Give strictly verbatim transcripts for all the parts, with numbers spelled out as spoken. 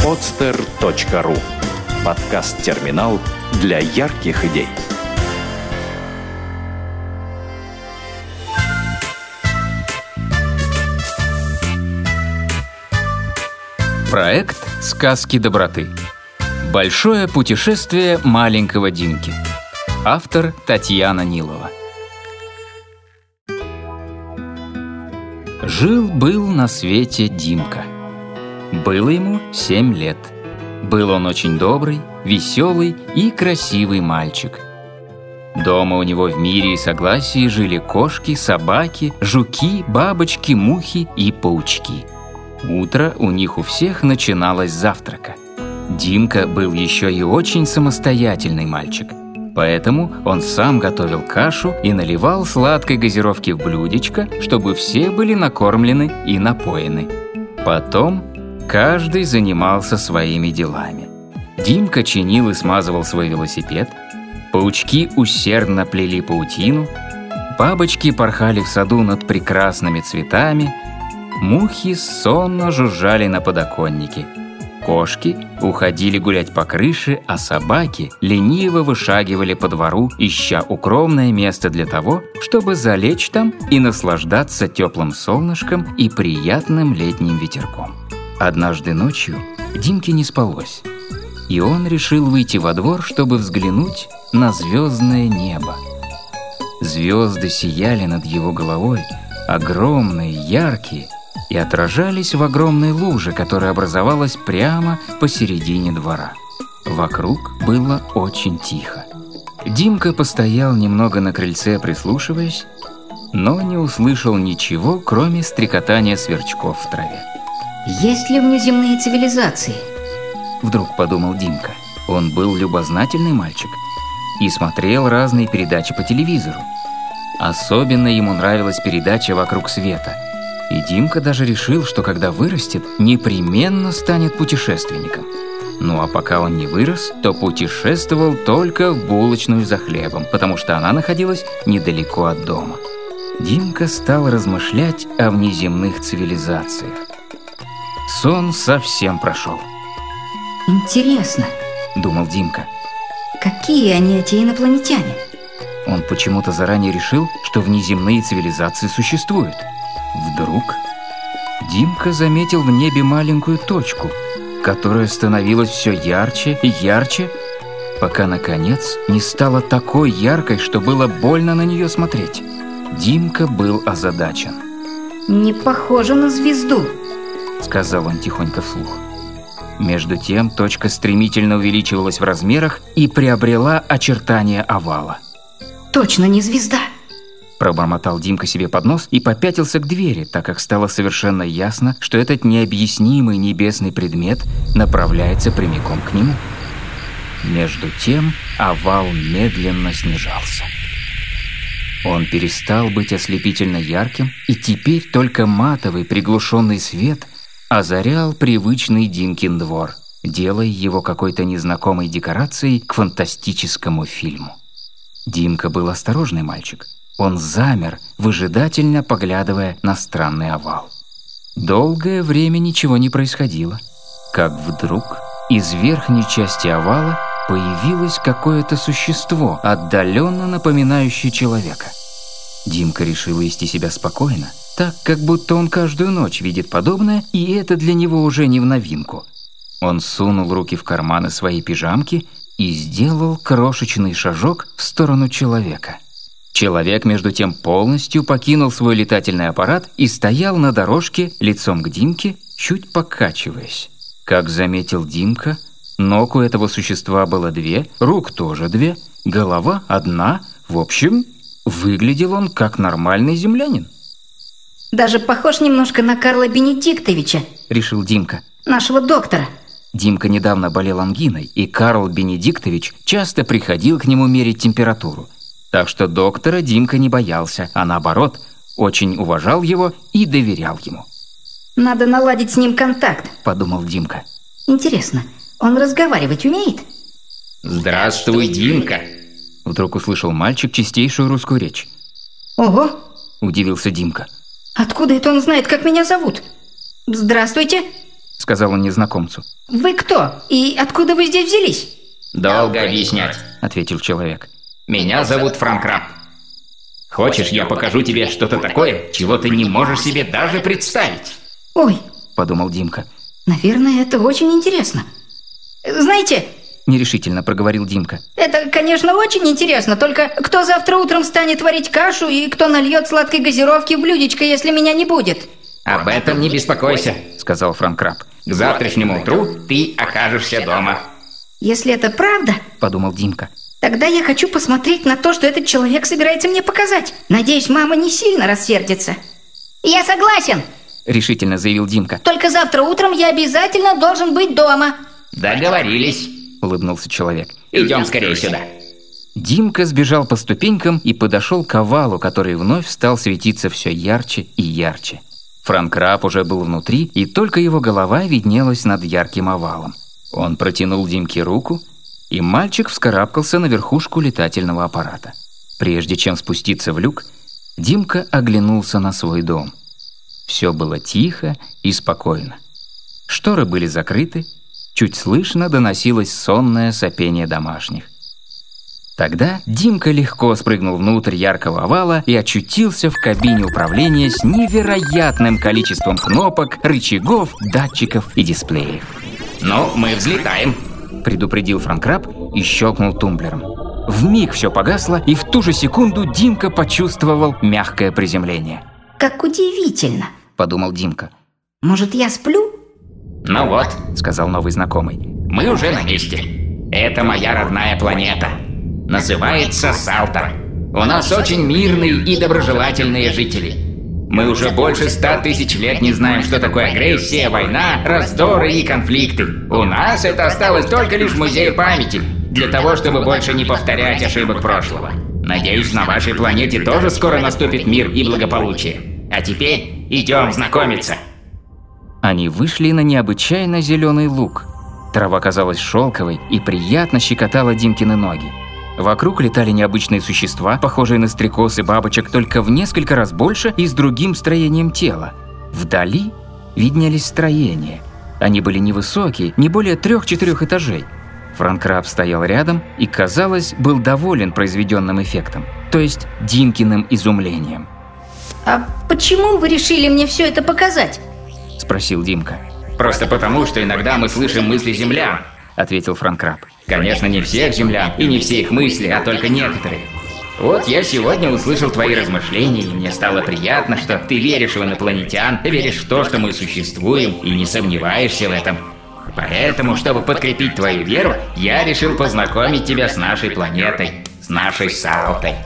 подстер точка ру. Подкаст-терминал для ярких идей. Проект «Сказки доброты». Большое путешествие маленького Димки. Автор Татьяна Нилова. Жил-был на свете Димка. Было ему семь лет. Был он очень добрый, веселый и красивый мальчик. Дома у него в мире и согласии жили кошки, собаки, жуки, бабочки, мухи и паучки. Утро у них у всех начиналось с завтрака. Димка был еще и очень самостоятельный мальчик. Поэтому он сам готовил кашу и наливал сладкой газировки в блюдечко, чтобы все были накормлены и напоены. Потом каждый занимался своими делами. Димка чинил и смазывал свой велосипед, паучки усердно плели паутину, бабочки порхали в саду над прекрасными цветами, мухи сонно жужжали на подоконнике. Кошки уходили гулять по крыше, а собаки лениво вышагивали по двору, ища укромное место для того, чтобы залечь там и наслаждаться теплым солнышком и приятным летним ветерком. Однажды ночью Димке не спалось, и он решил выйти во двор, чтобы взглянуть на звездное небо. Звезды сияли над его головой, огромные, яркие, и отражались в огромной луже, которая образовалась прямо посередине двора. Вокруг было очень тихо. Димка постоял немного на крыльце, прислушиваясь, но не услышал ничего, кроме стрекотания сверчков в траве. «Есть ли внеземные цивилизации?» Вдруг подумал Димка. Он был любознательный мальчик и смотрел разные передачи по телевизору. Особенно ему нравилась передача «Вокруг света». И Димка даже решил, что когда вырастет, непременно станет путешественником. Ну а пока он не вырос, то путешествовал только в булочную за хлебом, потому что она находилась недалеко от дома. Димка стал размышлять о внеземных цивилизациях. Сон совсем прошел. «Интересно, — думал Димка, — какие они, эти инопланетяне?» Он почему-то заранее решил, что внеземные цивилизации существуют. Вдруг Димка заметил в небе маленькую точку, которая становилась все ярче и ярче, пока, наконец, не стала такой яркой, что было больно на нее смотреть. Димка был озадачен. «Не похоже на звезду», — сказал он тихонько вслух. Между тем точка стремительно увеличивалась в размерах и приобрела очертания овала. «Точно не звезда!» Пробормотал Димка себе под нос и попятился к двери, так как стало совершенно ясно, что этот необъяснимый небесный предмет направляется прямиком к нему. Между тем овал медленно снижался. Он перестал быть ослепительно ярким, и теперь только матовый приглушенный свет озарял привычный Димкин двор, делая его какой-то незнакомой декорацией к фантастическому фильму. Димка был осторожный мальчик. Он замер, выжидательно поглядывая на странный овал. Долгое время ничего не происходило, как вдруг из верхней части овала появилось какое-то существо, отдаленно напоминающее человека. Димка решил вести себя спокойно, так, как будто он каждую ночь видит подобное, и это для него уже не в новинку. Он сунул руки в карманы своей пижамки и сделал крошечный шажок в сторону человека. Человек, между тем, полностью покинул свой летательный аппарат и стоял на дорожке лицом к Димке, чуть покачиваясь. Как заметил Димка, ног у этого существа было две, рук тоже две, голова одна. В общем, выглядел он как нормальный землянин. «Даже похож немножко на Карла Бенедиктовича», — решил Димка. «Нашего доктора». Димка недавно болел ангиной, и Карл Бенедиктович часто приходил к нему мерить температуру. Так что доктора Димка не боялся, а наоборот, очень уважал его и доверял ему. «Надо наладить с ним контакт», — подумал Димка. «Интересно, он разговаривать умеет?» «Здравствуй, Димка!» Вдруг услышал мальчик чистейшую русскую речь. «Ого!» – удивился Димка. «Откуда это он знает, как меня зовут?» «Здравствуйте!» – сказал он незнакомцу. Вы кто? И откуда вы здесь взялись? Долго объяснять, ответил человек. Меня зовут Франкраб. Хочешь, я покажу тебе что-то такое, чего ты не можешь себе даже представить? Ой, подумал Димка. Наверное, это очень интересно. Знаете, нерешительно проговорил Димка. Это, конечно, очень интересно, только кто завтра утром станет варить кашу и кто нальет сладкой газировки в блюдечко, если меня не будет? Об этом не беспокойся, сказал Франкраб. К завтрашнему утру ты окажешься дома. Если это правда, подумал Димка, тогда я хочу посмотреть на то, что этот человек собирается мне показать. Надеюсь, мама не сильно рассердится. Я согласен, решительно заявил Димка. Только завтра утром я обязательно должен быть дома. Договорились, улыбнулся человек. Идем скорее сюда. Димка сбежал по ступенькам и подошел к овалу, который вновь стал светиться все ярче и ярче. Франкраб уже был внутри, и только его голова виднелась над ярким овалом. Он протянул Димке руку, и мальчик вскарабкался на верхушку летательного аппарата. Прежде чем спуститься в люк, Димка оглянулся на свой дом. Все было тихо и спокойно. Шторы были закрыты, чуть слышно доносилось сонное сопение домашних. Тогда Димка легко спрыгнул внутрь яркого овала и очутился в кабине управления с невероятным количеством кнопок, рычагов, датчиков и дисплеев. «Ну, мы взлетаем», — предупредил Франкраб и щелкнул тумблером. Вмиг все погасло, и в ту же секунду Димка почувствовал мягкое приземление. «Как удивительно», — подумал Димка. «Может, я сплю?» «Ну вот», — сказал новый знакомый, — «мы уже на месте. Это моя родная планета. Называется Салта. У нас очень мирные и доброжелательные жители. Мы уже больше ста тысяч лет не знаем, что такое агрессия, война, раздоры и конфликты. У нас это осталось только лишь в музее памяти, для того, чтобы больше не повторять ошибок прошлого. Надеюсь, на вашей планете тоже скоро наступит мир и благополучие. А теперь идем знакомиться». Они вышли на необычайно зеленый луг. Трава казалась шелковой и приятно щекотала Димкины ноги. Вокруг летали необычные существа, похожие на стрекоз и бабочек, только в несколько раз больше и с другим строением тела. Вдали виднелись строения. Они были невысокие, не более трех-четырех этажей. Франкраб стоял рядом и, казалось, был доволен произведенным эффектом, то есть Димкиным изумлением. «А почему вы решили мне все это показать?» – спросил Димка. «Просто потому, что иногда мы слышим мысли землян», – ответил Франкраб. «Конечно, не всех землян и не все их мысли, а только некоторые. Вот я сегодня услышал твои размышления, и мне стало приятно, что ты веришь в инопланетян, веришь в то, что мы существуем, и не сомневаешься в этом. Поэтому, чтобы подкрепить твою веру, я решил познакомить тебя с нашей планетой, с нашей Салтой».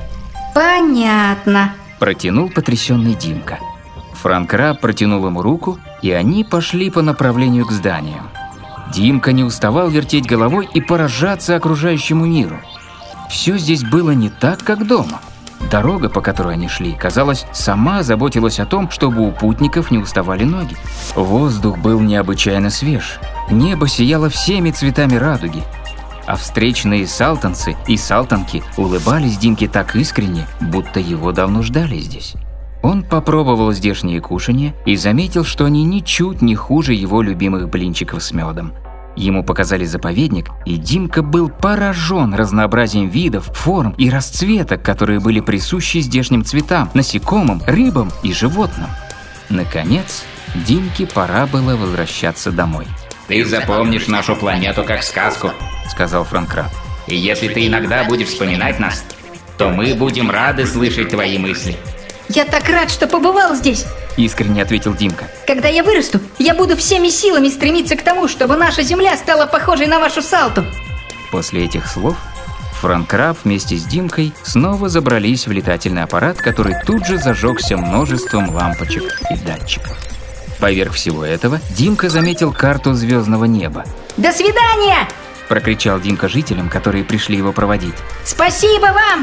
«Понятно», – протянул потрясенный Димка. Франкраб протянул ему руку, и они пошли по направлению к зданиям. Димка не уставал вертеть головой и поражаться окружающему миру. Все здесь было не так, как дома. Дорога, по которой они шли, казалось, сама заботилась о том, чтобы у путников не уставали ноги. Воздух был необычайно свеж. Небо сияло всеми цветами радуги. А встречные салтанцы и салтанки улыбались Димке так искренне, будто его давно ждали здесь. Он попробовал здешние кушанья и заметил, что они ничуть не хуже его любимых блинчиков с медом. Ему показали заповедник, и Димка был поражен разнообразием видов, форм и расцветок, которые были присущи здешним цветам, насекомым, рыбам и животным. Наконец, Димке пора было возвращаться домой. «Ты запомнишь нашу планету как сказку», — сказал Франкраб. «И если ты иногда будешь вспоминать нас, то мы будем рады слышать твои мысли». «Я так рад, что побывал здесь!» – искренне ответил Димка. «Когда я вырасту, я буду всеми силами стремиться к тому, чтобы наша Земля стала похожей на вашу Салту!» После этих слов Франкраб вместе с Димкой снова забрались в летательный аппарат, который тут же зажегся множеством лампочек и датчиков. Поверх всего этого Димка заметил карту звездного неба. «До свидания!» – прокричал Димка жителям, которые пришли его проводить. «Спасибо вам!»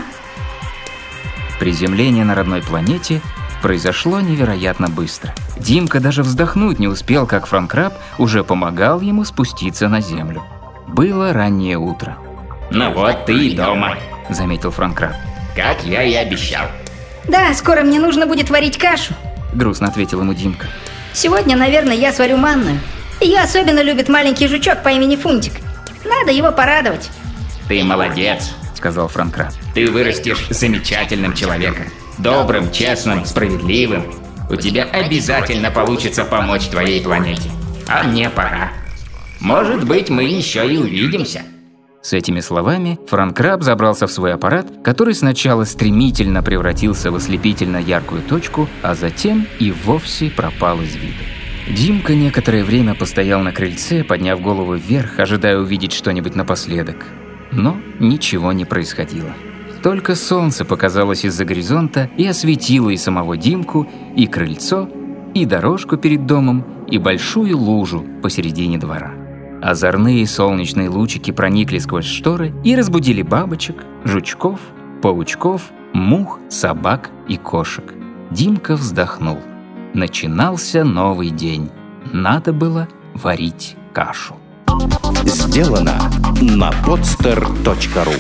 Приземление на родной планете произошло невероятно быстро. Димка даже вздохнуть не успел, как Франкраб уже помогал ему спуститься на землю. Было раннее утро. «Ну вот ты и дома», — заметил Франкраб. «Как я и обещал». «Да, скоро мне нужно будет варить кашу», — грустно ответил ему Димка. «Сегодня, наверное, я сварю манную». Ее особенно любит маленький жучок по имени Фунтик. Надо его порадовать. Ты молодец, сказал Фран Краб. Ты вырастешь замечательным человеком. Добрым, честным, справедливым. У тебя обязательно получится помочь твоей планете. А мне пора. Может быть, мы еще и увидимся. С этими словами Фран Краб забрался в свой аппарат, который сначала стремительно превратился в ослепительно яркую точку, а затем и вовсе пропал из вида. Димка некоторое время постоял на крыльце, подняв голову вверх, ожидая увидеть что-нибудь напоследок. Но ничего не происходило. Только солнце показалось из-за горизонта и осветило и самого Димку, и крыльцо, и дорожку перед домом, и большую лужу посередине двора. Озорные солнечные лучики проникли сквозь шторы и разбудили бабочек, жучков, паучков, мух, собак и кошек. Димка вздохнул. Начинался новый день. Надо было варить кашу. Сделано на подстер точка ру.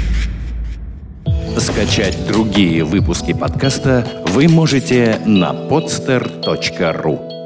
Скачать другие выпуски подкаста вы можете на подстер точка ру.